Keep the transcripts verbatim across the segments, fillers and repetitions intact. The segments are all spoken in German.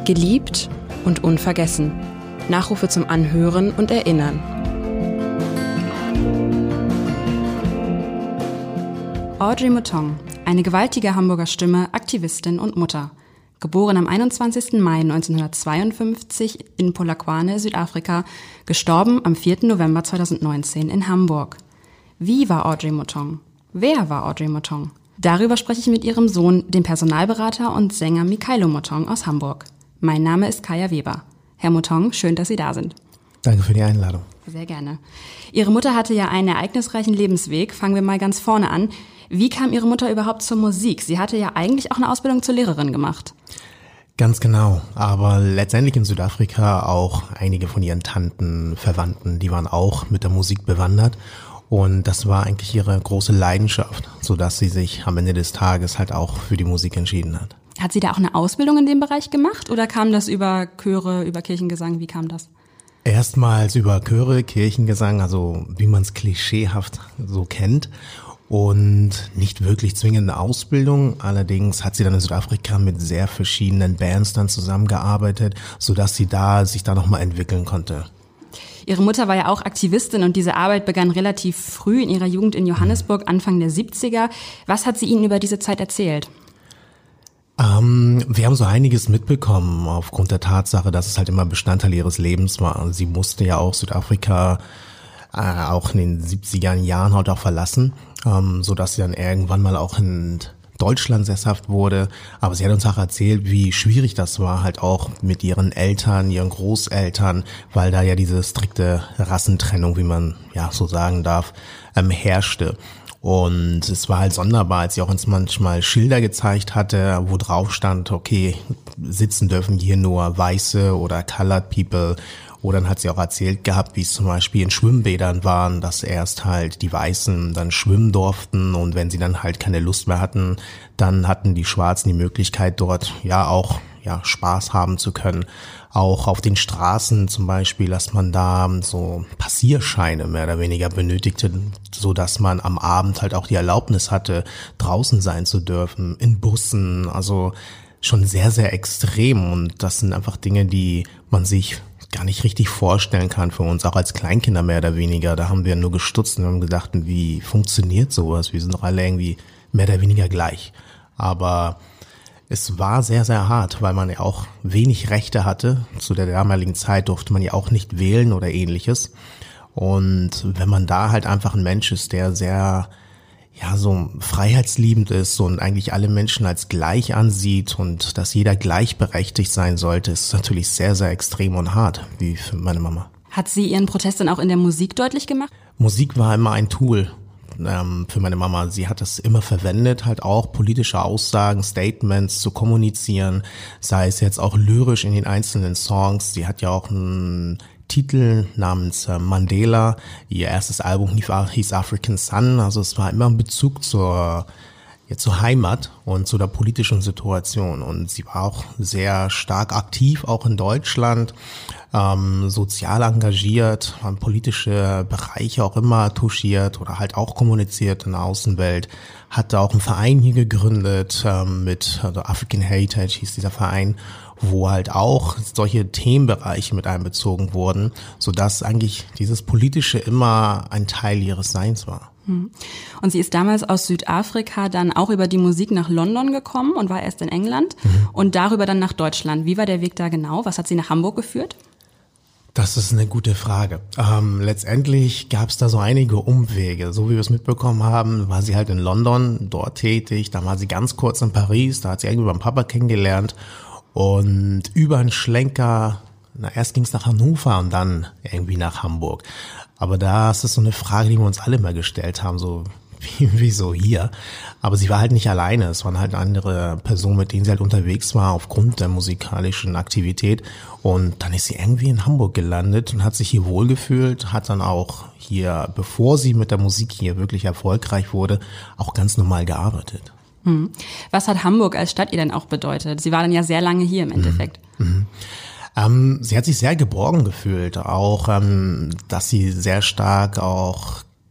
Geliebt und unvergessen. Nachrufe zum Anhören und Erinnern. Audrey Motong, eine gewaltige Hamburger Stimme, Aktivistin und Mutter. Geboren am einundzwanzigsten Mai neunzehnhundertzweiundfünfzig in Polokwane, Südafrika, gestorben am vierten November zweitausendneunzehn in Hamburg. Wie war Audrey Motong? Wer war Audrey Motong? Darüber spreche ich mit ihrem Sohn, dem Personalberater und Sänger Mikhailo Motong aus Hamburg. Mein Name ist Kaya Weber. Herr Motong, schön, dass Sie da sind. Danke für die Einladung. Sehr gerne. Ihre Mutter hatte ja einen ereignisreichen Lebensweg. Fangen wir mal ganz vorne an. Wie kam Ihre Mutter überhaupt zur Musik? Sie hatte ja eigentlich auch eine Ausbildung zur Lehrerin gemacht. Ganz genau, aber letztendlich in Südafrika auch einige von ihren Tanten, Verwandten, die waren auch mit der Musik bewandert. Und das war eigentlich ihre große Leidenschaft, sodass sie sich am Ende des Tages halt auch für die Musik entschieden hat. Hat sie da auch eine Ausbildung in dem Bereich gemacht oder kam das über Chöre, über Kirchengesang? Wie kam das? Erstmals über Chöre, Kirchengesang, also wie man es klischeehaft so kennt. Und nicht wirklich zwingende Ausbildung. Allerdings hat sie dann in Südafrika mit sehr verschiedenen Bands dann zusammengearbeitet, sodass sie da sich da nochmal entwickeln konnte. Ihre Mutter war ja auch Aktivistin und diese Arbeit begann relativ früh in ihrer Jugend in Johannesburg, Anfang der siebziger. Was hat sie Ihnen über diese Zeit erzählt? Ähm, wir haben so einiges mitbekommen aufgrund der Tatsache, dass es halt immer Bestandteil ihres Lebens war. Sie musste ja auch Südafrika äh, auch in den siebziger Jahren halt auch verlassen, ähm, so dass sie dann irgendwann mal auch in Deutschland sesshaft wurde. Aber sie hat uns auch erzählt, wie schwierig das war, halt auch mit ihren Eltern, ihren Großeltern, weil da ja diese strikte Rassentrennung, wie man ja so sagen darf, ähm, herrschte. Und es war halt sonderbar, als sie auch uns manchmal Schilder gezeigt hatte, wo drauf stand, okay, sitzen dürfen hier nur Weiße oder Colored People. Oder dann hat sie auch erzählt gehabt, wie es zum Beispiel in Schwimmbädern waren, dass erst halt die Weißen dann schwimmen durften und wenn sie dann halt keine Lust mehr hatten, dann hatten die Schwarzen die Möglichkeit dort ja auch ja Spaß haben zu können. Auch auf den Straßen zum Beispiel, dass man da so Passierscheine mehr oder weniger benötigte, so dass man am Abend halt auch die Erlaubnis hatte, draußen sein zu dürfen, in Bussen, also schon sehr, sehr extrem und das sind einfach Dinge, die man sich gar nicht richtig vorstellen kann für uns, auch als Kleinkinder mehr oder weniger. Da haben wir nur gestutzt und haben gedacht, wie funktioniert sowas? Wir sind doch alle irgendwie mehr oder weniger gleich. Aber es war sehr, sehr hart, weil man ja auch wenig Rechte hatte. Zu der damaligen Zeit durfte man ja auch nicht wählen oder ähnliches. Und wenn man da halt einfach ein Mensch ist, der sehr ja so freiheitsliebend ist und eigentlich alle Menschen als gleich ansieht und dass jeder gleichberechtigt sein sollte, ist natürlich sehr, sehr extrem und hart, wie für meine Mama. Hat sie ihren Protest dann auch in der Musik deutlich gemacht? Musik war immer ein Tool ähm, für meine Mama. Sie hat das immer verwendet, halt auch politische Aussagen, Statements zu kommunizieren, sei es jetzt auch lyrisch in den einzelnen Songs. Sie hat ja auch ein Titel namens äh, Mandela. Ihr erstes Album hieß African Sun, also es war immer ein Bezug zur, ja, zur Heimat und zu der politischen Situation und sie war auch sehr stark aktiv, auch in Deutschland, ähm, sozial engagiert, haben politische Bereiche auch immer touchiert oder halt auch kommuniziert in der Außenwelt, hatte auch einen Verein hier gegründet ähm, mit also African Heritage hieß dieser Verein, wo halt auch solche Themenbereiche mit einbezogen wurden, sodass eigentlich dieses Politische immer ein Teil ihres Seins war. Und sie ist damals aus Südafrika dann auch über die Musik nach London gekommen und war erst in England mhm. und darüber dann nach Deutschland. Wie war der Weg da genau? Was hat sie nach Hamburg geführt? Das ist eine gute Frage. Ähm, letztendlich gab es da so einige Umwege. So wie wir es mitbekommen haben, war sie halt in London dort tätig. Dann war sie ganz kurz in Paris. Da hat sie irgendwie beim Papa kennengelernt. Und über einen Schlenker, na erst ging es nach Hannover und dann irgendwie nach Hamburg. Aber da ist es so eine Frage, die wir uns alle mal gestellt haben, so wie, wie so hier. Aber sie war halt nicht alleine. Es waren halt andere Personen, mit denen sie halt unterwegs war aufgrund der musikalischen Aktivität. Und dann ist sie irgendwie in Hamburg gelandet und hat sich hier wohlgefühlt, hat dann auch hier, bevor sie mit der Musik hier wirklich erfolgreich wurde, auch ganz normal gearbeitet. Hm. Was hat Hamburg als Stadt ihr denn auch bedeutet? Sie war dann ja sehr lange hier im Endeffekt. Mhm. Ähm, sie hat sich sehr geborgen gefühlt, auch, ähm, dass sie sehr stark auch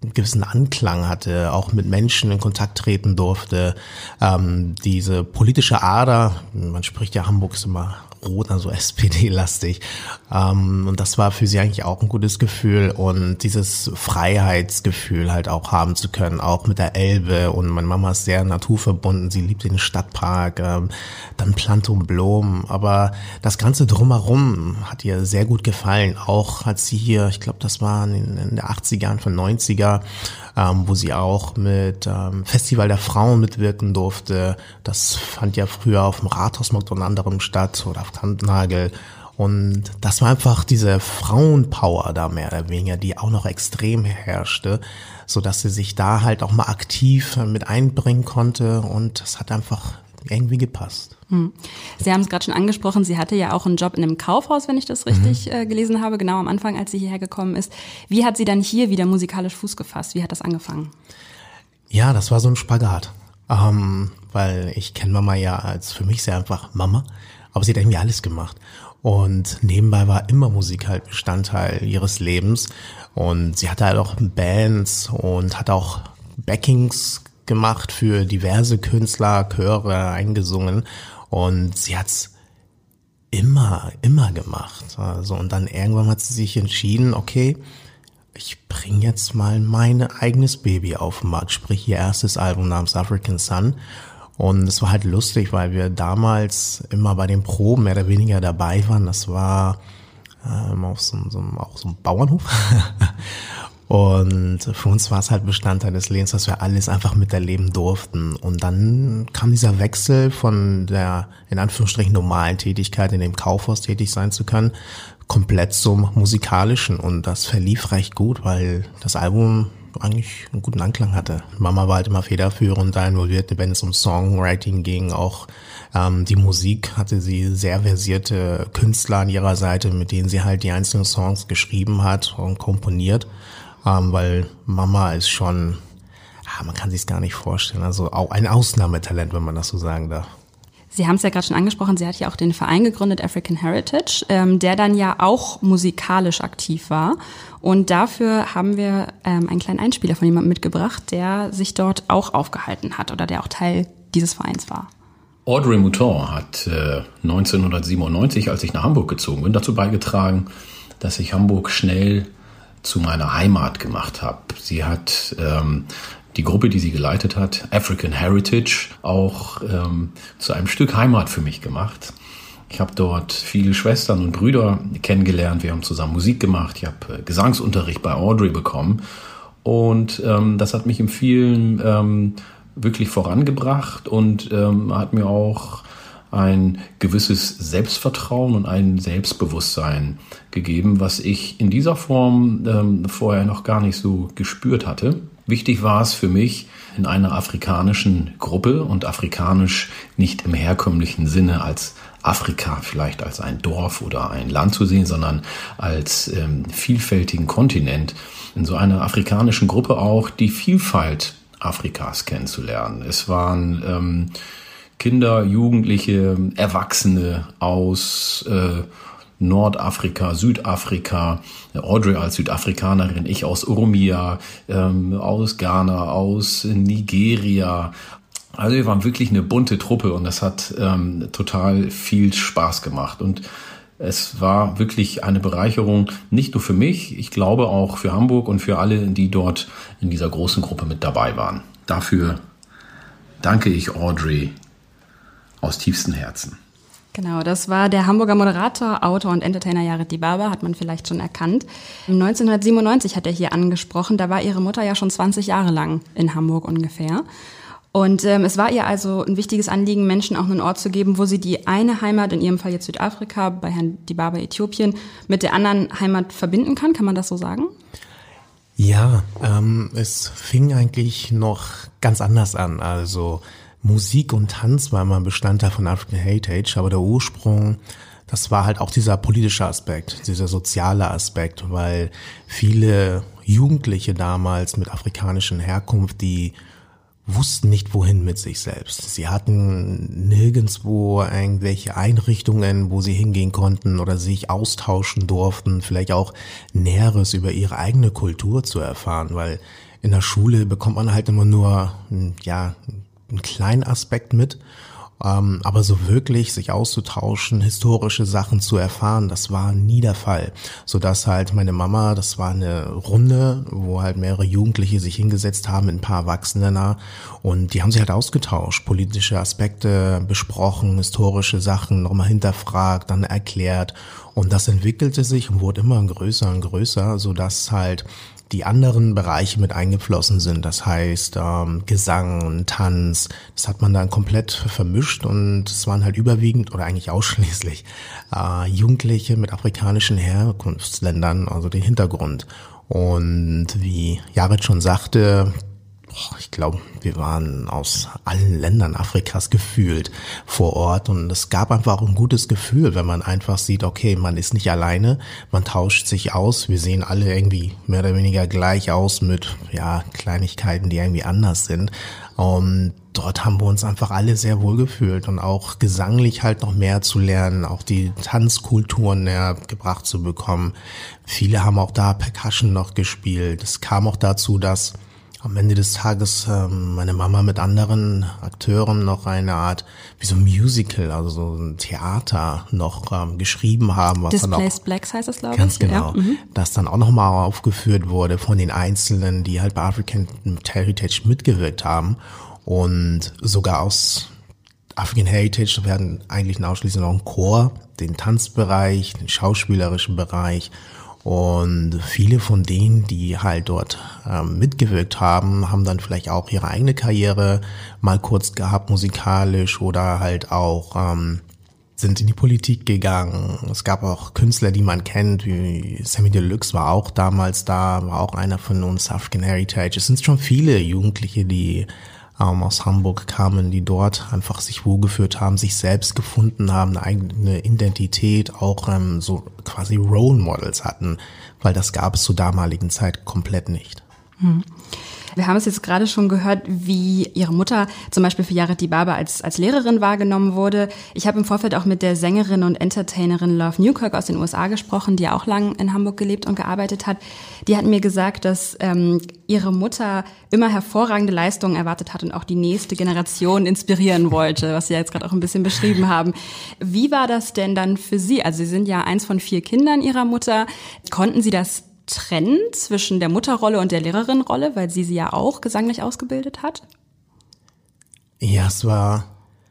einen gewissen Anklang hatte, auch mit Menschen in Kontakt treten durfte. Ähm, diese politische Ader, man spricht ja, Hamburg ist immer rot, also S P D-lastig. Ähm, und das war für sie eigentlich auch ein gutes Gefühl und dieses Freiheitsgefühl halt auch haben zu können, auch mit der Elbe. Und meine Mama ist sehr naturverbunden, sie liebt den Stadtpark, ähm, dann Plantum Blom. Aber das Ganze drumherum hat ihr sehr gut gefallen, auch als sie hier, ich glaube, das war in, in der achtziger, Anfang neunziger, ähm, wo sie auch mit ähm, Festival der Frauen mitwirken durfte. Das fand ja früher auf dem Rathausmarkt unter anderem statt oder auf Kantnagel. Und das war einfach diese Frauenpower da mehr oder weniger, die auch noch extrem herrschte, so dass sie sich da halt auch mal aktiv mit einbringen konnte und es hat einfach irgendwie gepasst. Hm. Sie haben es gerade schon angesprochen, sie hatte ja auch einen Job in einem Kaufhaus, wenn ich das richtig mhm. äh, gelesen habe, genau am Anfang, als sie hierher gekommen ist. Wie hat sie dann hier wieder musikalisch Fuß gefasst? Wie hat das angefangen? Ja, das war so ein Spagat, ähm, weil ich kenne Mama ja als für mich sehr einfach Mama, aber sie hat irgendwie alles gemacht. Und nebenbei war immer Musik halt Bestandteil ihres Lebens. Und sie hatte halt auch Bands und hat auch Backings gemacht für diverse Künstler, Chöre eingesungen. Und sie hat's immer, immer gemacht. Also, und dann irgendwann hat sie sich entschieden, okay, ich bringe jetzt mal mein eigenes Baby auf den Markt. Sprich, ihr erstes Album namens African Sun. Und es war halt lustig, weil wir damals immer bei den Proben mehr oder weniger dabei waren. Das war ähm, auf so, so, auch so einem Bauernhof. Und für uns war es halt Bestandteil des Lebens, dass wir alles einfach miterleben durften. Und dann kam dieser Wechsel von der, in Anführungsstrichen, normalen Tätigkeit, in dem Kaufhaus tätig sein zu können, komplett zum Musikalischen. Und das verlief recht gut, weil das Album eigentlich einen guten Anklang hatte. Mama war halt immer federführend da involviert, wenn es um Songwriting ging. Auch ähm, die Musik hatte sie sehr versierte Künstler an ihrer Seite, mit denen sie halt die einzelnen Songs geschrieben hat und komponiert. Ähm, weil Mama ist schon, ah, man kann sich's gar nicht vorstellen, also auch ein Ausnahmetalent, wenn man das so sagen darf. Sie haben es ja gerade schon angesprochen, sie hat ja auch den Verein gegründet, African Heritage, ähm, der dann ja auch musikalisch aktiv war. Und dafür haben wir ähm, einen kleinen Einspieler von jemandem mitgebracht, der sich dort auch aufgehalten hat oder der auch Teil dieses Vereins war. Audrey Mouton hat äh, neunzehnhundertsiebenundneunzig, als ich nach Hamburg gezogen bin, dazu beigetragen, dass ich Hamburg schnell zu meiner Heimat gemacht habe. Sie hat ähm, die Gruppe, die sie geleitet hat, African Heritage, auch ähm, zu einem Stück Heimat für mich gemacht. Ich habe dort viele Schwestern und Brüder kennengelernt. Wir haben zusammen Musik gemacht. Ich habe äh, Gesangsunterricht bei Audrey bekommen. Und ähm, das hat mich in vielen ähm, wirklich vorangebracht und ähm, hat mir auch ein gewisses Selbstvertrauen und ein Selbstbewusstsein gegeben, was ich in dieser Form ähm, vorher noch gar nicht so gespürt hatte. Wichtig war es für mich, in einer afrikanischen Gruppe und afrikanisch nicht im herkömmlichen Sinne als Afrika vielleicht als ein Dorf oder ein Land zu sehen, sondern als ähm, vielfältigen Kontinent, in so einer afrikanischen Gruppe auch die Vielfalt Afrikas kennenzulernen. Es waren ähm, Kinder, Jugendliche, Erwachsene aus äh, Nordafrika, Südafrika, Audrey als Südafrikanerin, ich aus Oromia, ähm, aus Ghana, aus Nigeria. Also wir waren wirklich eine bunte Truppe und das hat ähm, total viel Spaß gemacht. Und es war wirklich eine Bereicherung, nicht nur für mich, ich glaube auch für Hamburg und für alle, die dort in dieser großen Gruppe mit dabei waren. Dafür danke ich Audrey aus tiefstem Herzen. Genau, das war der Hamburger Moderator, Autor und Entertainer Yared Dibaba, hat man vielleicht schon erkannt. neunzehnhundertsiebenundneunzig hat er hier angesprochen, da war ihre Mutter ja schon zwanzig Jahre lang in Hamburg ungefähr. Und ähm, es war ihr also ein wichtiges Anliegen, Menschen auch einen Ort zu geben, wo sie die eine Heimat, in ihrem Fall jetzt Südafrika, bei Herrn Dibaba Äthiopien, mit der anderen Heimat verbinden kann. Kann man das so sagen? Ja, ähm, es fing eigentlich noch ganz anders an. Also Musik und Tanz war immer Bestandteil von African Heritage, aber der Ursprung, das war halt auch dieser politische Aspekt, dieser soziale Aspekt, weil viele Jugendliche damals mit afrikanischer Herkunft, die wussten nicht, wohin mit sich selbst. Sie hatten nirgendwo irgendwelche Einrichtungen, wo sie hingehen konnten oder sich austauschen durften, vielleicht auch Näheres über ihre eigene Kultur zu erfahren, weil in der Schule bekommt man halt immer nur, ja, einen kleinen Aspekt mit. Ähm, aber so wirklich sich auszutauschen, historische Sachen zu erfahren, das war nie der Fall. Sodass halt meine Mama, das war eine Runde, wo halt mehrere Jugendliche sich hingesetzt haben mit ein paar Erwachsenen da und die haben sich halt ausgetauscht, politische Aspekte besprochen, historische Sachen nochmal hinterfragt, dann erklärt und das entwickelte sich und wurde immer größer und größer, sodass halt die anderen Bereiche mit eingeflossen sind. Das heißt ähm, Gesang und Tanz, das hat man dann komplett vermischt und es waren halt überwiegend oder eigentlich ausschließlich äh, Jugendliche mit afrikanischen Herkunftsländern, also den Hintergrund. Und wie Jared schon sagte, ich glaube, wir waren aus allen Ländern Afrikas gefühlt vor Ort und es gab einfach auch ein gutes Gefühl, wenn man einfach sieht, okay, man ist nicht alleine, man tauscht sich aus, wir sehen alle irgendwie mehr oder weniger gleich aus mit ja Kleinigkeiten, die irgendwie anders sind und dort haben wir uns einfach alle sehr wohl gefühlt und auch gesanglich halt noch mehr zu lernen, auch die Tanzkulturen näher gebracht zu bekommen. Viele haben auch da Percussion noch gespielt. Es kam auch dazu, dass am Ende des Tages ähm, meine Mama mit anderen Akteuren noch eine Art, wie so ein Musical, also so ein Theater noch ähm, geschrieben haben. Was Displaced dann auch, Blacks heißt das, glaube ich. Ganz genau. Ja. Mhm. Das dann auch nochmal aufgeführt wurde von den Einzelnen, die halt bei African Heritage mitgewirkt haben. Und sogar aus African Heritage werden eigentlich ausschließlich noch ein Chor, den Tanzbereich, den schauspielerischen Bereich. Und viele von denen, die halt dort ähm, mitgewirkt haben, haben dann vielleicht auch ihre eigene Karriere mal kurz gehabt, musikalisch oder halt auch ähm, sind in die Politik gegangen. Es gab auch Künstler, die man kennt, wie Sammy Deluxe war auch damals da, war auch einer von uns, African Heritage. Es sind schon viele Jugendliche, die ähm, aus Hamburg kamen, die dort einfach sich wohlgeführt haben, sich selbst gefunden haben, eine eigene Identität, auch ähm, so quasi Role Models hatten, weil das gab es zur damaligen Zeit komplett nicht. Hm. Wir haben es jetzt gerade schon gehört, wie Ihre Mutter zum Beispiel für Jared Dibaba als, als Lehrerin wahrgenommen wurde. Ich habe im Vorfeld auch mit der Sängerin und Entertainerin Love Newkirk aus den U S A gesprochen, die auch lang in Hamburg gelebt und gearbeitet hat. Die hat mir gesagt, dass ähm, ihre Mutter immer hervorragende Leistungen erwartet hat und auch die nächste Generation inspirieren wollte, was Sie ja jetzt gerade auch ein bisschen beschrieben haben. Wie war das denn dann für Sie? Also Sie sind ja eins von vier Kindern Ihrer Mutter. Konnten Sie das trennen zwischen der Mutterrolle und der Lehrerinrolle, weil sie sie ja auch gesanglich ausgebildet hat? Ja, es war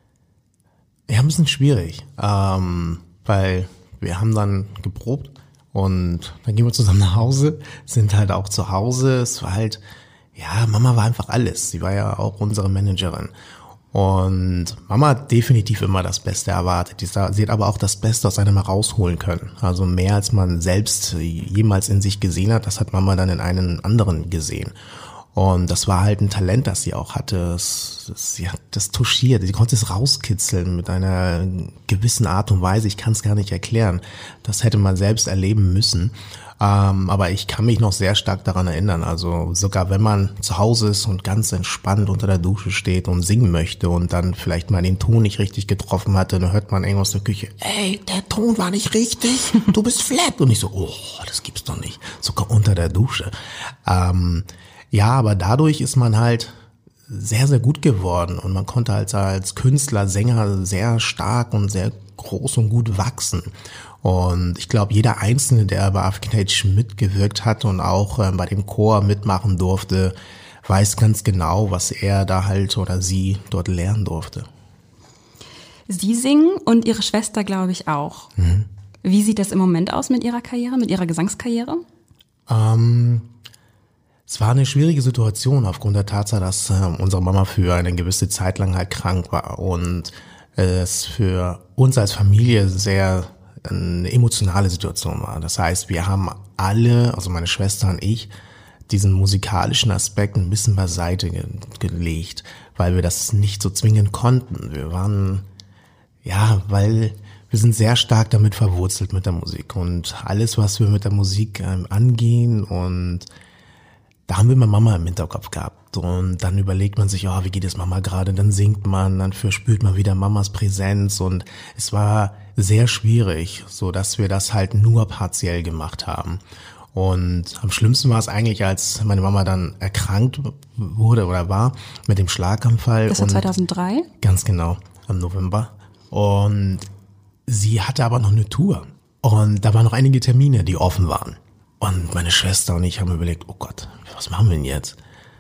ja ein bisschen schwierig, ähm, weil wir haben dann geprobt und dann gehen wir zusammen nach Hause, sind halt auch zu Hause. Es war halt, ja, Mama war einfach alles. Sie war ja auch unsere Managerin. Und Mama hat definitiv immer das Beste erwartet. Sie hat aber auch das Beste aus einem herausholen können. Also mehr als man selbst jemals in sich gesehen hat, das hat Mama dann in einem anderen gesehen. Und das war halt ein Talent, das sie auch hatte. Sie hat das touchiert, sie konnte es rauskitzeln mit einer gewissen Art und Weise. Ich kann es gar nicht erklären. Das hätte man selbst erleben müssen. Ähm, aber ich kann mich noch sehr stark daran erinnern. Also sogar wenn man zu Hause ist und ganz entspannt unter der Dusche steht und singen möchte und dann vielleicht mal den Ton nicht richtig getroffen hatte, dann hört man irgendwas aus der Küche, ey, der Ton war nicht richtig, du bist flat. Und ich so, oh, das gibt's doch nicht. Sogar unter der Dusche. Ähm, ja, aber dadurch ist man halt sehr, sehr gut geworden und man konnte halt als Künstler, Sänger sehr stark und sehr groß und gut wachsen. Und ich glaube, jeder Einzelne, der bei African Heritage mitgewirkt hat und auch äh, bei dem Chor mitmachen durfte, weiß ganz genau, was er da halt oder sie dort lernen durfte. Sie singen und Ihre Schwester, glaube ich, auch. Mhm. Wie sieht das im Moment aus mit Ihrer Karriere, mit Ihrer Gesangskarriere? Ähm, es war eine schwierige Situation aufgrund der Tatsache, dass äh, unsere Mama für eine gewisse Zeit lang halt krank war und äh, es für uns als Familie sehr eine emotionale Situation war. Das heißt, wir haben alle, also meine Schwester und ich, diesen musikalischen Aspekt ein bisschen beiseite ge- gelegt, weil wir das nicht so zwingen konnten. Wir waren, ja, weil wir sind sehr stark damit verwurzelt mit der Musik und alles, was wir mit der Musik ähm, angehen, und da haben wir immer Mama im Hinterkopf gehabt und dann überlegt man sich, oh, wie geht es Mama gerade, dann singt man, dann verspürt man wieder Mamas Präsenz und es war sehr schwierig, so dass wir das halt nur partiell gemacht haben. Und am schlimmsten war es eigentlich, als meine Mama dann erkrankt wurde oder war mit dem Schlaganfall. Das war zweitausenddrei? Ganz genau, im November. Und sie hatte aber noch eine Tour. Und da waren noch einige Termine, die offen waren. Und meine Schwester und ich haben überlegt, oh Gott, was machen wir denn jetzt?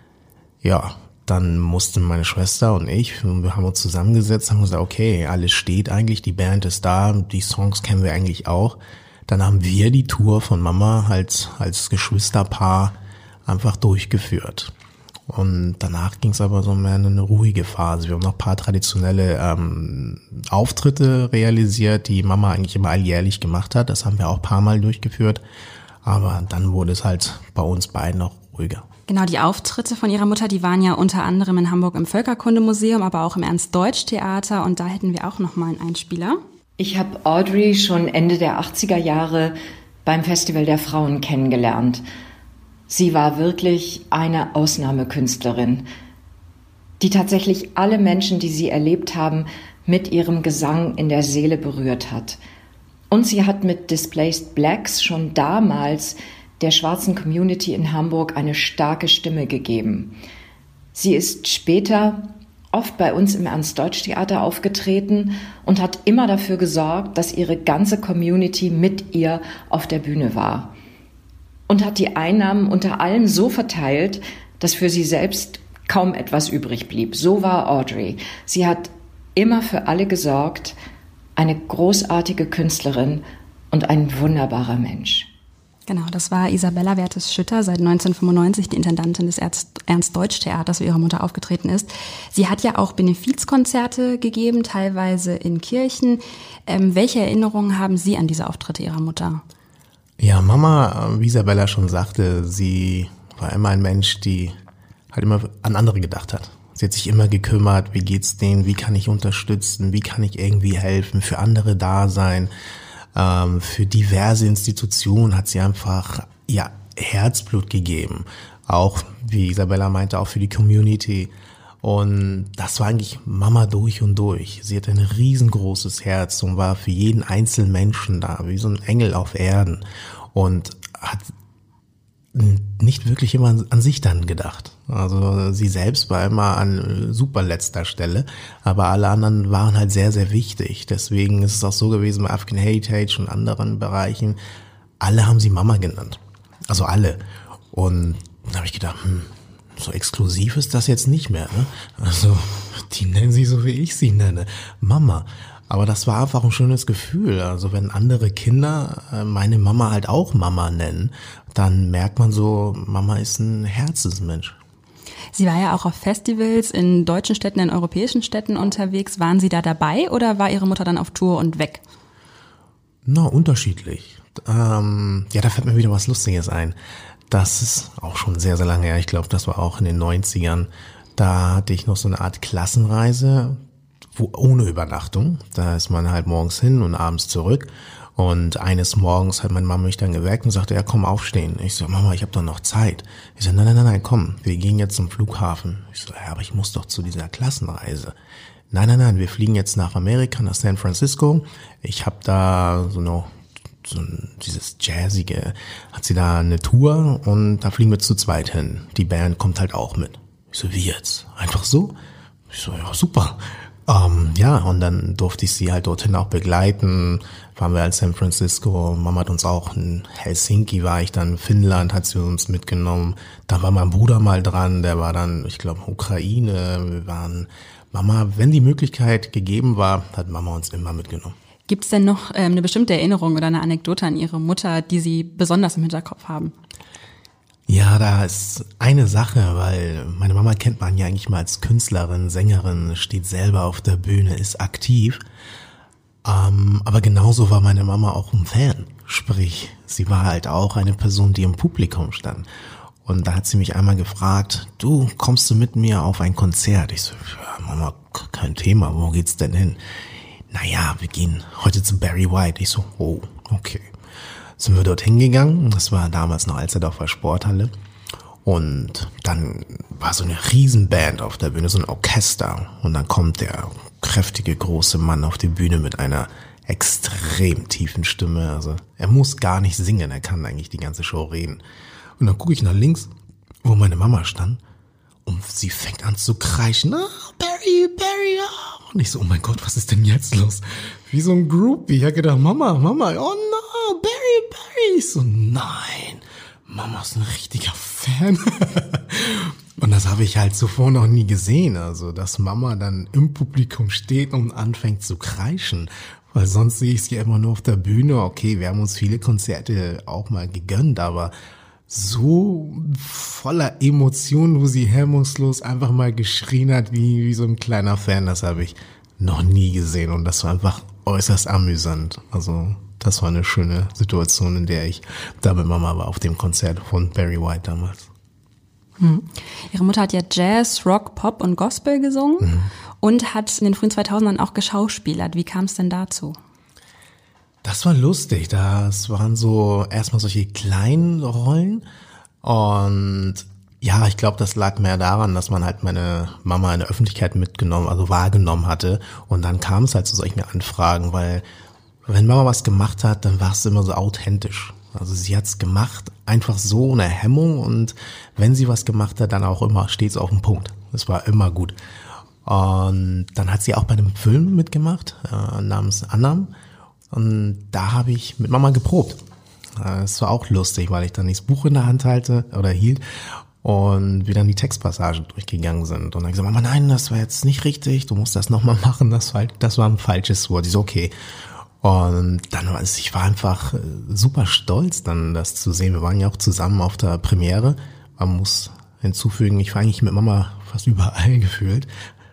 Ja, dann mussten meine Schwester und ich, wir haben uns zusammengesetzt, haben gesagt, okay, alles steht eigentlich, die Band ist da, die Songs kennen wir eigentlich auch. Dann haben wir die Tour von Mama als, als Geschwisterpaar einfach durchgeführt. Und danach ging es aber so mehr in eine ruhige Phase. Wir haben noch ein paar traditionelle ähm, Auftritte realisiert, die Mama eigentlich immer alljährlich gemacht hat. Das haben wir auch ein paar Mal durchgeführt. Aber dann wurde es halt bei uns beiden noch ruhiger. Genau, die Auftritte von ihrer Mutter, die waren ja unter anderem in Hamburg im Völkerkundemuseum, aber auch im Ernst-Deutsch-Theater. Und da hätten wir auch noch mal einen Einspieler. Ich habe Audrey schon Ende der achtziger Jahre beim Festival der Frauen kennengelernt. Sie war wirklich eine Ausnahmekünstlerin, die tatsächlich alle Menschen, die sie erlebt haben, mit ihrem Gesang in der Seele berührt hat. Und sie hat mit Displaced Blacks schon damals der schwarzen Community in Hamburg eine starke Stimme gegeben. Sie ist später oft bei uns im Ernst-Deutsch-Theater aufgetreten und hat immer dafür gesorgt, dass ihre ganze Community mit ihr auf der Bühne war. Und hat die Einnahmen unter allen so verteilt, dass für sie selbst kaum etwas übrig blieb. So war Audrey. Sie hat immer für alle gesorgt, eine großartige Künstlerin und ein wunderbarer Mensch. Genau, das war Isabella Wertes-Schütter, seit neunzehnhundertfünfundneunzig die Intendantin des Ernst-Deutsch-Theaters, wo ihre Mutter aufgetreten ist. Sie hat ja auch Benefizkonzerte gegeben, teilweise in Kirchen. Ähm, welche Erinnerungen haben Sie an diese Auftritte Ihrer Mutter? Ja, Mama, wie Isabella schon sagte, sie war immer ein Mensch, die halt immer an andere gedacht hat. Sie hat sich immer gekümmert, wie geht's denen, wie kann ich unterstützen, wie kann ich irgendwie helfen, für andere da sein. Ähm, für diverse Institutionen hat sie einfach ja Herzblut gegeben. Auch, wie Isabella meinte, auch für die Community. Und das war eigentlich Mama durch und durch. Sie hatte ein riesengroßes Herz und war für jeden einzelnen Menschen da, wie so ein Engel auf Erden. Und hat nicht wirklich immer an, an sich dann gedacht. Also sie selbst war immer an super letzter Stelle, aber alle anderen waren halt sehr, sehr wichtig. Deswegen ist es auch so gewesen bei African Heritage und anderen Bereichen, alle haben sie Mama genannt. Also alle. Und da habe ich gedacht, hm, so exklusiv ist das jetzt nicht mehr. Ne? Also die nennen sie so, wie ich sie nenne. Mama. Aber das war einfach ein schönes Gefühl. Also wenn andere Kinder meine Mama halt auch Mama nennen, dann merkt man so, Mama ist ein Herzensmensch. Sie war ja auch auf Festivals in deutschen Städten, in europäischen Städten unterwegs. Waren Sie da dabei oder war Ihre Mutter dann auf Tour und weg? Na, unterschiedlich. Ähm, ja, da fällt mir wieder was Lustiges ein. Das ist auch schon sehr, sehr lange her. Ich glaube, das war auch in den neunzigern. Da hatte ich noch so eine Art Klassenreise, wo ohne Übernachtung. Da ist man halt morgens hin und abends zurück. Und eines Morgens hat meine Mama mich dann geweckt und sagte, ja komm, aufstehen. Ich so, Mama, ich habe doch noch Zeit. Ich so, nein, nein, nein, nein, komm, wir gehen jetzt zum Flughafen. Ich so, ja, aber ich muss doch zu dieser Klassenreise. Nein, nein, nein, wir fliegen jetzt nach Amerika, nach San Francisco. Ich habe da so noch so dieses Jazzige, hat sie da eine Tour und da fliegen wir zu zweit hin. Die Band kommt halt auch mit. Ich so, wie jetzt? Einfach so? Ich so, ja, super. Um, ja, und dann durfte ich sie halt dorthin auch begleiten. Waren wir halt San Francisco. Mama hat uns auch in Helsinki, war ich dann, Finnland hat sie uns mitgenommen. Da war mein Bruder mal dran, der war dann, ich glaube, Ukraine. Wir waren, Mama, wenn die Möglichkeit gegeben war, hat Mama uns immer mitgenommen. Gibt es denn noch ähm, eine bestimmte Erinnerung oder eine Anekdote an Ihre Mutter, die Sie besonders im Hinterkopf haben? Ja, da ist eine Sache, weil meine Mama kennt man ja eigentlich mal als Künstlerin, Sängerin, steht selber auf der Bühne, ist aktiv. Ähm, aber genauso war meine Mama auch ein Fan. Sprich, sie war halt auch eine Person, die im Publikum stand. Und da hat sie mich einmal gefragt, du, kommst du mit mir auf ein Konzert? Ich so, ja, Mama, kein Thema, wo geht's denn hin? Naja, wir gehen heute zu Barry White. Ich so, oh, okay. Sind wir dorthin gegangen, das war damals noch Alsterdorfer Sporthalle und dann war so eine Riesenband auf der Bühne, so ein Orchester und dann kommt der kräftige große Mann auf die Bühne mit einer extrem tiefen Stimme. Also er muss gar nicht singen, er kann eigentlich die ganze Show reden. Und dann gucke ich nach links, wo meine Mama stand, und sie fängt an zu kreischen. Oh, Barry, Barry, oh. Und ich so, oh mein Gott, was ist denn jetzt los? Wie so ein Groupie. Ich habe gedacht, Mama, Mama, oh no, Barry, Barry. Ich so, nein, Mama ist ein richtiger Fan. Und das habe ich halt zuvor noch nie gesehen. Also, dass Mama dann im Publikum steht und anfängt zu kreischen. Weil sonst sehe ich sie immer nur auf der Bühne. Okay, wir haben uns viele Konzerte auch mal gegönnt, aber so voller Emotionen, wo sie hemmungslos einfach mal geschrien hat, wie, wie so ein kleiner Fan, das habe ich noch nie gesehen. Und das war einfach äußerst amüsant. Also das war eine schöne Situation, in der ich da mit Mama war, auf dem Konzert von Barry White damals. Hm. Ihre Mutter hat ja Jazz, Rock, Pop und Gospel gesungen mhm. und hat in den frühen zweitausendern auch geschauspielert. Wie kam es denn dazu? Das war lustig. Das waren so erstmal solche kleinen Rollen. Und ja, ich glaube, das lag mehr daran, dass man halt meine Mama in der Öffentlichkeit mitgenommen, also wahrgenommen hatte. Und dann kam es halt zu solchen Anfragen, weil wenn Mama was gemacht hat, dann war es immer so authentisch. Also sie hat's gemacht, einfach so ohne Hemmung. Und wenn sie was gemacht hat, dann auch immer stets auf den Punkt. Das war immer gut. Und dann hat sie auch bei einem Film mitgemacht, äh, namens Annam. Und da habe ich mit Mama geprobt. Das war auch lustig, weil ich dann das Buch in der Hand halte oder hielt und wir dann die Textpassagen durchgegangen sind. Und dann habe ich gesagt, Mama, nein, das war jetzt nicht richtig, du musst das nochmal machen, das war, das war ein falsches Wort. Ich so, okay. Und dann war es, ich war einfach super stolz, dann das zu sehen. Wir waren ja auch zusammen auf der Premiere. Man muss hinzufügen, ich war eigentlich mit Mama fast überall gefühlt.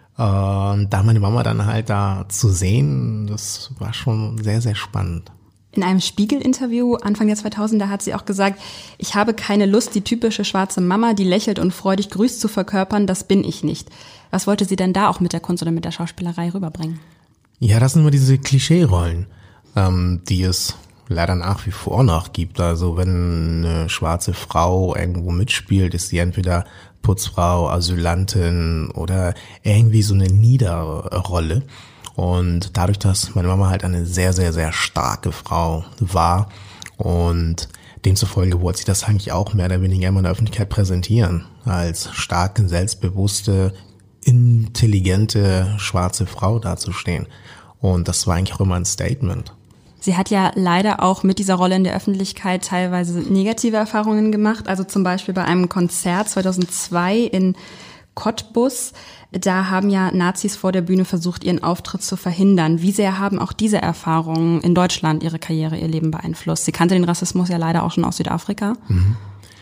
Und da meine Mama dann halt da zu sehen, das war schon sehr, sehr spannend. In einem Spiegel-Interview Anfang der zweitausender hat sie auch gesagt, ich habe keine Lust, die typische schwarze Mama, die lächelt und freudig grüßt, zu verkörpern, das bin ich nicht. Was wollte sie denn da auch mit der Kunst oder mit der Schauspielerei rüberbringen? Ja, das sind immer diese Klischee-Rollen, ähm, die es leider nach wie vor noch gibt. Also wenn eine schwarze Frau irgendwo mitspielt, ist sie entweder Putzfrau, Asylantin oder irgendwie so eine Niederrolle. Und dadurch, dass meine Mama halt eine sehr, sehr, sehr starke Frau war und demzufolge wollte sie das eigentlich auch mehr oder weniger immer in der Öffentlichkeit präsentieren, als starke, selbstbewusste, intelligente, schwarze Frau dazustehen. Und das war eigentlich auch immer ein Statement. Sie hat ja leider auch mit dieser Rolle in der Öffentlichkeit teilweise negative Erfahrungen gemacht. Also zum Beispiel bei einem Konzert zweitausendzwei in Cottbus. Da haben ja Nazis vor der Bühne versucht, ihren Auftritt zu verhindern. Wie sehr haben auch diese Erfahrungen in Deutschland ihre Karriere, ihr Leben beeinflusst? Sie kannte den Rassismus ja leider auch schon aus Südafrika. Mhm.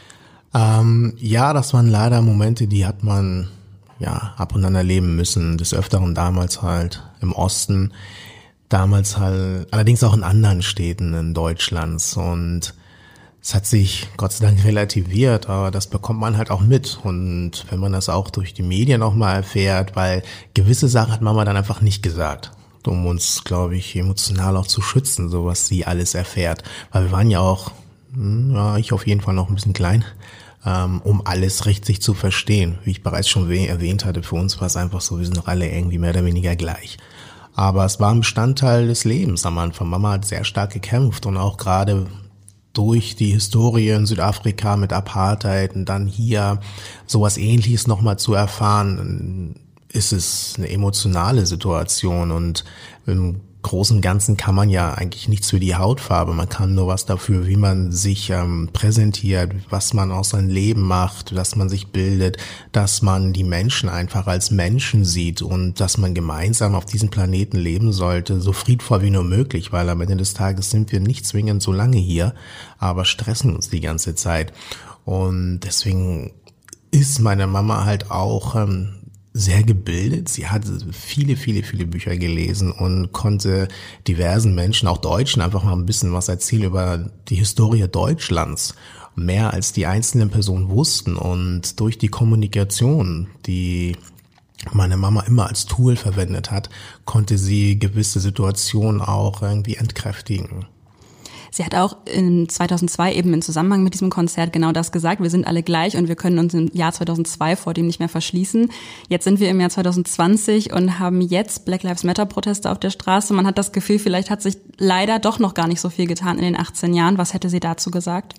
Ähm, ja, das waren leider Momente, die hat man ja ab und an erleben müssen. Des Öfteren damals halt im Osten. Damals halt, allerdings auch in anderen Städten in Deutschlands, und es hat sich Gott sei Dank relativiert, aber das bekommt man halt auch mit, und wenn man das auch durch die Medien auch mal erfährt, weil gewisse Sachen hat Mama dann einfach nicht gesagt, um uns, glaube ich, emotional auch zu schützen, so was sie alles erfährt, weil wir waren ja auch, ja, ich auf jeden Fall noch ein bisschen klein, ähm, um alles richtig zu verstehen. Wie ich bereits schon erwähnt hatte, für uns war es einfach so, wir sind doch alle irgendwie mehr oder weniger gleich. Aber es war ein Bestandteil des Lebens am Anfang. Mama hat sehr stark gekämpft, und auch gerade durch die Historie in Südafrika mit Apartheid und dann hier sowas Ähnliches nochmal zu erfahren, ist es eine emotionale Situation, und im Großen und Ganzen kann man ja eigentlich nichts für die Hautfarbe. Man kann nur was dafür, wie man sich ähm, präsentiert, was man aus seinem Leben macht, dass man sich bildet, dass man die Menschen einfach als Menschen sieht und dass man gemeinsam auf diesem Planeten leben sollte, so friedvoll wie nur möglich, weil am Ende des Tages sind wir nicht zwingend so lange hier, aber stressen uns die ganze Zeit. Und deswegen ist meine Mama halt auch ähm, sehr gebildet. Sie hat viele, viele, viele Bücher gelesen und konnte diversen Menschen, auch Deutschen, einfach mal ein bisschen was erzählen über die Historie Deutschlands. Mehr als die einzelnen Personen wussten. Und durch die Kommunikation, die meine Mama immer als Tool verwendet hat, konnte sie gewisse Situationen auch irgendwie entkräftigen. Sie hat auch in zweitausendzwei eben im Zusammenhang mit diesem Konzert genau das gesagt. Wir sind alle gleich und wir können uns im Jahr zweitausendzwei vor dem nicht mehr verschließen. Jetzt sind wir im Jahr zweitausendzwanzig und haben jetzt Black Lives Matter Proteste auf der Straße. Man hat das Gefühl, vielleicht hat sich leider doch noch gar nicht so viel getan in den achtzehn Jahren. Was hätte sie dazu gesagt?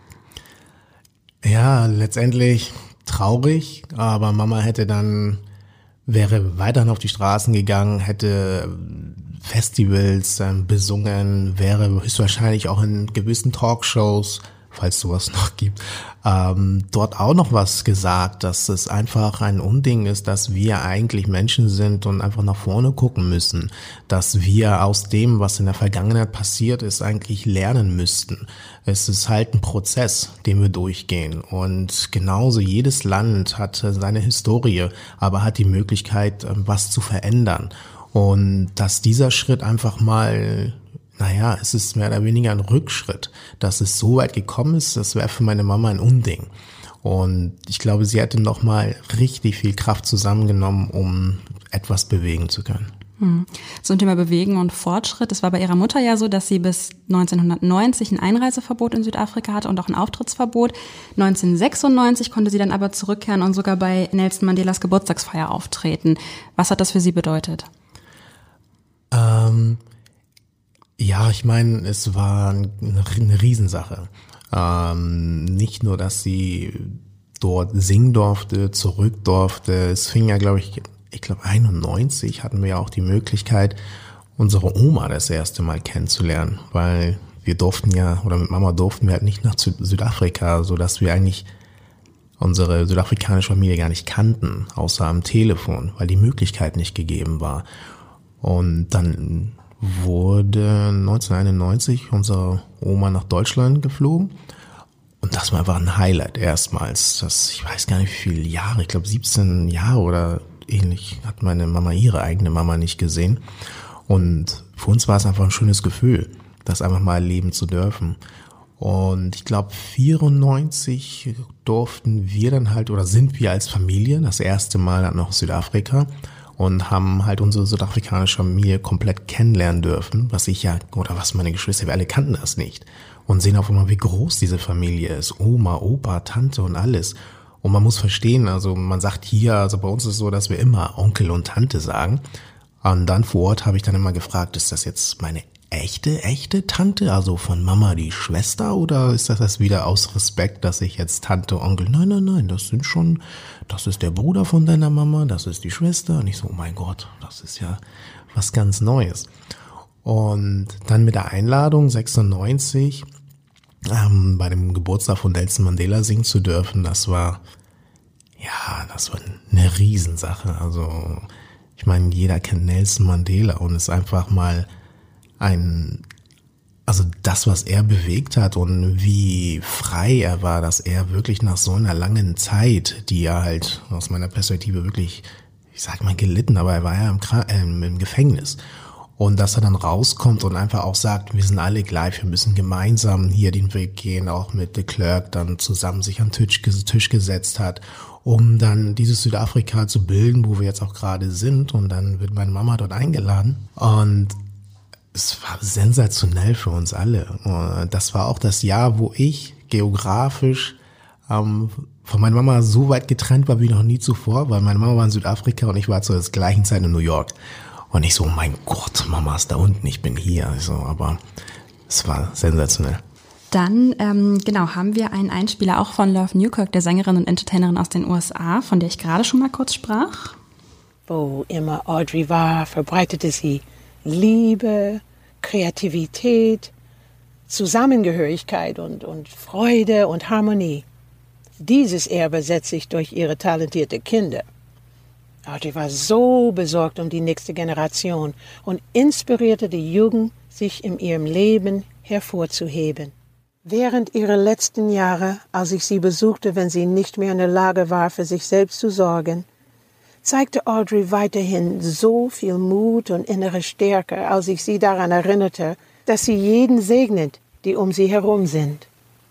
Ja, letztendlich traurig, aber Mama hätte dann, wäre weiterhin auf die Straßen gegangen, hätte Festivals ähm, besungen, wäre höchstwahrscheinlich auch in gewissen Talkshows, falls sowas noch gibt, ähm, dort auch noch was gesagt, dass es einfach ein Unding ist, dass wir eigentlich Menschen sind und einfach nach vorne gucken müssen, dass wir aus dem, was in der Vergangenheit passiert ist, eigentlich lernen müssten. Es ist halt ein Prozess, den wir durchgehen, und genauso jedes Land hat seine Historie, aber hat die Möglichkeit, was zu verändern, und dass dieser Schritt einfach mal, naja, es ist mehr oder weniger ein Rückschritt, dass es so weit gekommen ist, das wäre für meine Mama ein Unding. Und ich glaube, sie hätte noch mal richtig viel Kraft zusammengenommen, um etwas bewegen zu können. Hm. Zum Thema Bewegen und Fortschritt. Es war bei ihrer Mutter ja so, dass sie bis neunzehnhundertneunzig ein Einreiseverbot in Südafrika hatte und auch ein Auftrittsverbot. neunzehnhundertsechsundneunzig konnte sie dann aber zurückkehren und sogar bei Nelson Mandelas Geburtstagsfeier auftreten. Was hat das für sie bedeutet? Ähm, ja, ich meine, es war eine, eine Riesensache. Ähm, nicht nur, dass sie dort singen durfte, zurück durfte. Es fing ja, glaube ich, ich glaube einundneunzig hatten wir ja auch die Möglichkeit, unsere Oma das erste Mal kennenzulernen, weil wir durften ja, oder mit Mama durften wir halt nicht nach Südafrika, so dass wir eigentlich unsere südafrikanische Familie gar nicht kannten, außer am Telefon, weil die Möglichkeit nicht gegeben war. Und dann wurde neunzehnhunderteinundneunzig unsere Oma nach Deutschland geflogen. Und das war einfach ein Highlight erstmals. Das, ich weiß gar nicht wie viele Jahre, ich glaube siebzehn Jahre oder ähnlich, hat meine Mama ihre eigene Mama nicht gesehen. Und für uns war es einfach ein schönes Gefühl, das einfach mal erleben zu dürfen. Und ich glaube vierundneunzig durften wir dann halt, oder sind wir als Familie das erste Mal dann nach Südafrika und haben halt unsere südafrikanische Familie komplett kennenlernen dürfen, was ich ja, oder was meine Geschwister, wir alle kannten das nicht. Und sehen auf einmal, wie groß diese Familie ist. Oma, Opa, Tante und alles. Und man muss verstehen, also man sagt hier, also bei uns ist es so, dass wir immer Onkel und Tante sagen. Und dann vor Ort habe ich dann immer gefragt, ist das jetzt meine echte, echte Tante, also von Mama die Schwester, oder ist das das wieder aus Respekt, dass ich jetzt Tante, Onkel, nein, nein, nein, das sind schon, das ist der Bruder von deiner Mama, das ist die Schwester. Und ich so, oh mein Gott, das ist ja was ganz Neues. Und dann mit der Einladung sechsundneunzig ähm, bei dem Geburtstag von Nelson Mandela singen zu dürfen, das war, ja, das war eine Riesensache. Also ich meine, jeder kennt Nelson Mandela und ist einfach mal ein, also das, was er bewegt hat und wie frei er war, dass er wirklich nach so einer langen Zeit, die er halt aus meiner Perspektive wirklich, ich sag mal gelitten, aber er war ja im, Krank- äh, im Gefängnis. Und dass er dann rauskommt und einfach auch sagt, wir sind alle gleich, wir müssen gemeinsam hier den Weg gehen, auch mit de Klerk dann zusammen sich an den Tisch, Tisch gesetzt hat, um dann dieses Südafrika zu bilden, wo wir jetzt auch gerade sind. Und dann wird meine Mama dort eingeladen. Und es war sensationell für uns alle. Das war auch das Jahr, wo ich geografisch ähm, von meiner Mama so weit getrennt war wie noch nie zuvor, weil meine Mama war in Südafrika und ich war zur gleichen Zeit in New York. Und ich so, oh mein Gott, Mama ist da unten, ich bin hier. Also, aber es war sensationell. Dann, ähm, genau, haben wir einen Einspieler auch von Love Newkirk, der Sängerin und Entertainerin aus den U S A, von der ich gerade schon mal kurz sprach. Wo immer Audrey war, verbreitete sie Liebe, Kreativität, Zusammengehörigkeit und, und Freude und Harmonie. Dieses Erbe setzt sich durch ihre talentierte Kinder. Audrey war so besorgt um die nächste Generation und inspirierte die Jugend, sich in ihrem Leben hervorzuheben. Während ihrer letzten Jahre, als ich sie besuchte, wenn sie nicht mehr in der Lage war, für sich selbst zu sorgen, zeigte Audrey weiterhin so viel Mut und innere Stärke, als ich sie daran erinnerte, dass sie jeden segnet, die um sie herum sind.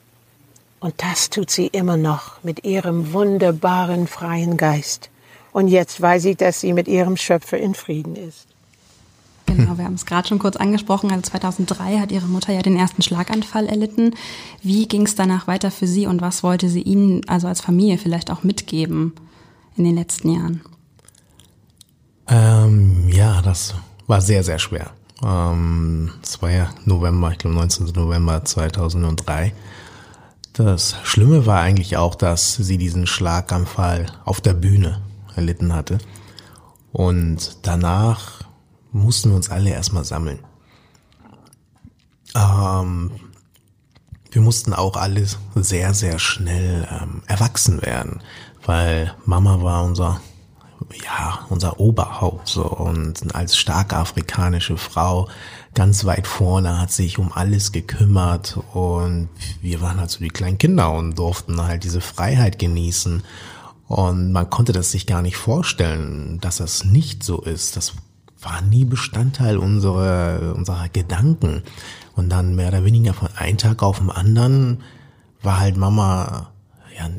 Und das tut sie immer noch mit ihrem wunderbaren, freien Geist. Und jetzt weiß ich, dass sie mit ihrem Schöpfer in Frieden ist. Genau, wir haben es gerade schon kurz angesprochen. Also zweitausenddrei hat Ihre Mutter ja den ersten Schlaganfall erlitten. Wie ging es danach weiter für Sie und was wollte sie Ihnen, also als Familie, vielleicht auch mitgeben in den letzten Jahren? Ähm, ja, das war sehr, sehr schwer. Ähm, das war ja November, ich glaube neunzehnten November zweitausenddrei. Das Schlimme war eigentlich auch, dass sie diesen Schlaganfall auf der Bühne erlitten hatte. Und danach mussten wir uns alle erstmal sammeln. Ähm, wir mussten auch alle sehr, sehr schnell ähm, erwachsen werden, weil Mama war unser, ja, unser Oberhaupt so, und als starke afrikanische Frau ganz weit vorne hat sich um alles gekümmert und wir waren halt so die kleinen Kinder und durften halt diese Freiheit genießen. Und man konnte das sich gar nicht vorstellen, dass das nicht so ist. Das war nie Bestandteil unserer, unserer Gedanken. Und dann mehr oder weniger von einem Tag auf den anderen war halt Mama, ja,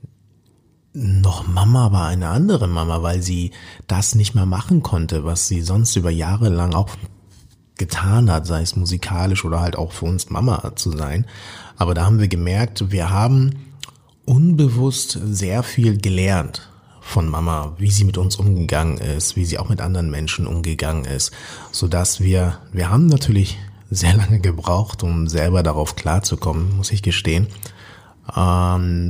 noch Mama war eine andere Mama, weil sie das nicht mehr machen konnte, was sie sonst über Jahre lang auch getan hat, sei es musikalisch oder halt auch für uns Mama zu sein. Aber da haben wir gemerkt, wir haben unbewusst sehr viel gelernt von Mama, wie sie mit uns umgegangen ist, wie sie auch mit anderen Menschen umgegangen ist, so dass wir, wir haben natürlich sehr lange gebraucht, um selber darauf klarzukommen, muss ich gestehen. Und,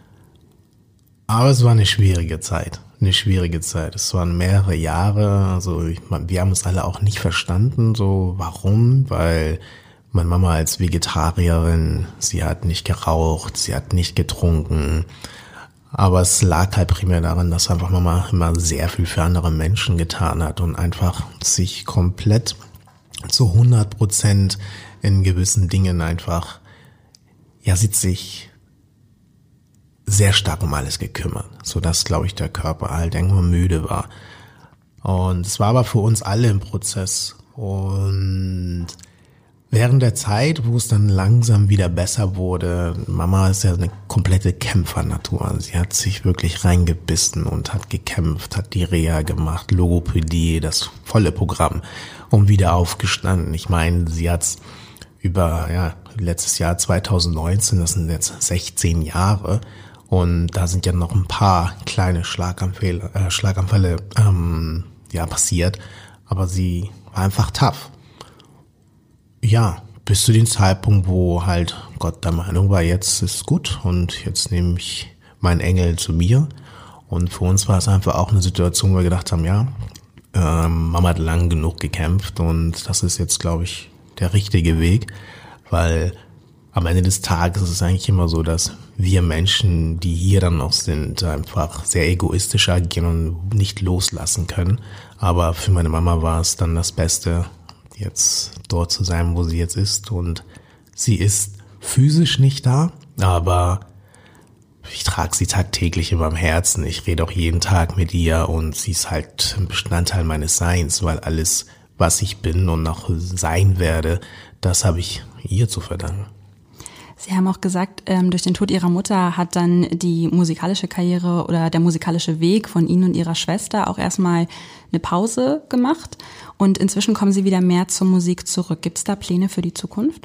aber es war eine schwierige Zeit, eine schwierige Zeit. Es waren mehrere Jahre, also ich, wir haben es alle auch nicht verstanden, so warum, weil meine Mama als Vegetarierin, sie hat nicht geraucht, sie hat nicht getrunken, aber es lag halt primär daran, dass einfach Mama immer sehr viel für andere Menschen getan hat und einfach sich komplett zu hundert Prozent in gewissen Dingen einfach, ja, sie hat sich sehr stark um alles gekümmert, sodass, glaube ich, der Körper halt irgendwann müde war. Und es war aber für uns alle im Prozess und während der Zeit, wo es dann langsam wieder besser wurde, Mama ist ja eine komplette Kämpfernatur. Sie hat sich wirklich reingebissen und hat gekämpft, hat die Reha gemacht, Logopädie, das volle Programm und wieder aufgestanden. Ich meine, sie hat's über, ja, letztes Jahr zweitausendneunzehn, das sind jetzt sechzehn Jahre und da sind ja noch ein paar kleine Schlaganfälle, äh, Schlaganfälle ähm, ja, passiert, aber sie war einfach tough. Ja, bis zu dem Zeitpunkt, wo halt Gott der Meinung war, jetzt ist gut und jetzt nehme ich meinen Engel zu mir. Und für uns war es einfach auch eine Situation, wo wir gedacht haben, ja, äh, Mama hat lang genug gekämpft und das ist jetzt, glaube ich, der richtige Weg, weil am Ende des Tages ist es eigentlich immer so, dass wir Menschen, die hier dann noch sind, einfach sehr egoistisch agieren und nicht loslassen können. Aber für meine Mama war es dann das Beste, jetzt dort zu sein, wo sie jetzt ist. Und sie ist physisch nicht da, aber ich trage sie tagtäglich in meinem Herzen. Ich rede auch jeden Tag mit ihr und sie ist halt ein Bestandteil meines Seins, weil alles, was ich bin und noch sein werde, das habe ich ihr zu verdanken. Sie haben auch gesagt, ähm, durch den Tod Ihrer Mutter hat dann die musikalische Karriere oder der musikalische Weg von Ihnen und Ihrer Schwester auch erstmal eine Pause gemacht und inzwischen kommen Sie wieder mehr zur Musik zurück. Gibt es da Pläne für die Zukunft?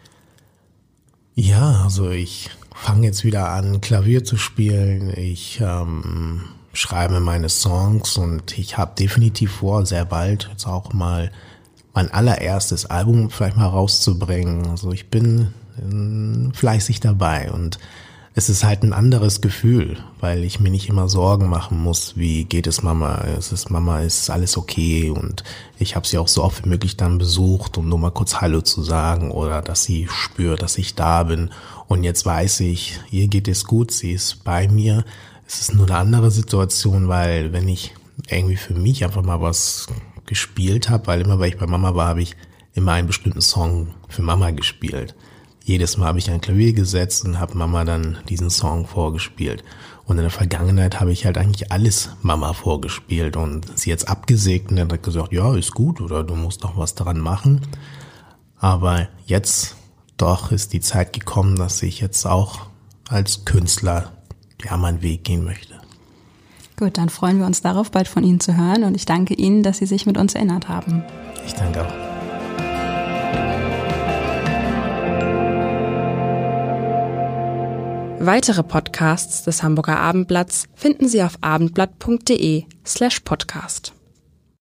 Ja, also ich fange jetzt wieder an, Klavier zu spielen. Ich ähm, schreibe meine Songs und ich habe definitiv vor, sehr bald jetzt auch mal mein allererstes Album vielleicht mal rauszubringen. Also ich bin fleißig dabei und es ist halt ein anderes Gefühl, weil ich mir nicht immer Sorgen machen muss, wie geht es Mama, es ist Mama, ist alles okay und ich habe sie auch so oft wie möglich dann besucht, um nur mal kurz Hallo zu sagen oder dass sie spürt, dass ich da bin und jetzt weiß ich, ihr geht es gut, sie ist bei mir. Es ist nur eine andere Situation, weil wenn ich irgendwie für mich einfach mal was gespielt habe, weil immer, weil ich bei Mama war, habe ich immer einen bestimmten Song für Mama gespielt. Jedes Mal habe ich ein Klavier gesetzt und habe Mama dann diesen Song vorgespielt. Und in der Vergangenheit habe ich halt eigentlich alles Mama vorgespielt. Und sie jetzt abgesegnet und hat gesagt, ja, ist gut oder du musst noch was daran machen. Aber jetzt doch ist die Zeit gekommen, dass ich jetzt auch als Künstler ja meinen Weg gehen möchte. Gut, dann freuen wir uns darauf, bald von Ihnen zu hören. Und ich danke Ihnen, dass Sie sich mit uns erinnert haben. Ich danke auch. Weitere Podcasts des Hamburger Abendblatts finden Sie auf abendblatt punkt de slash podcast.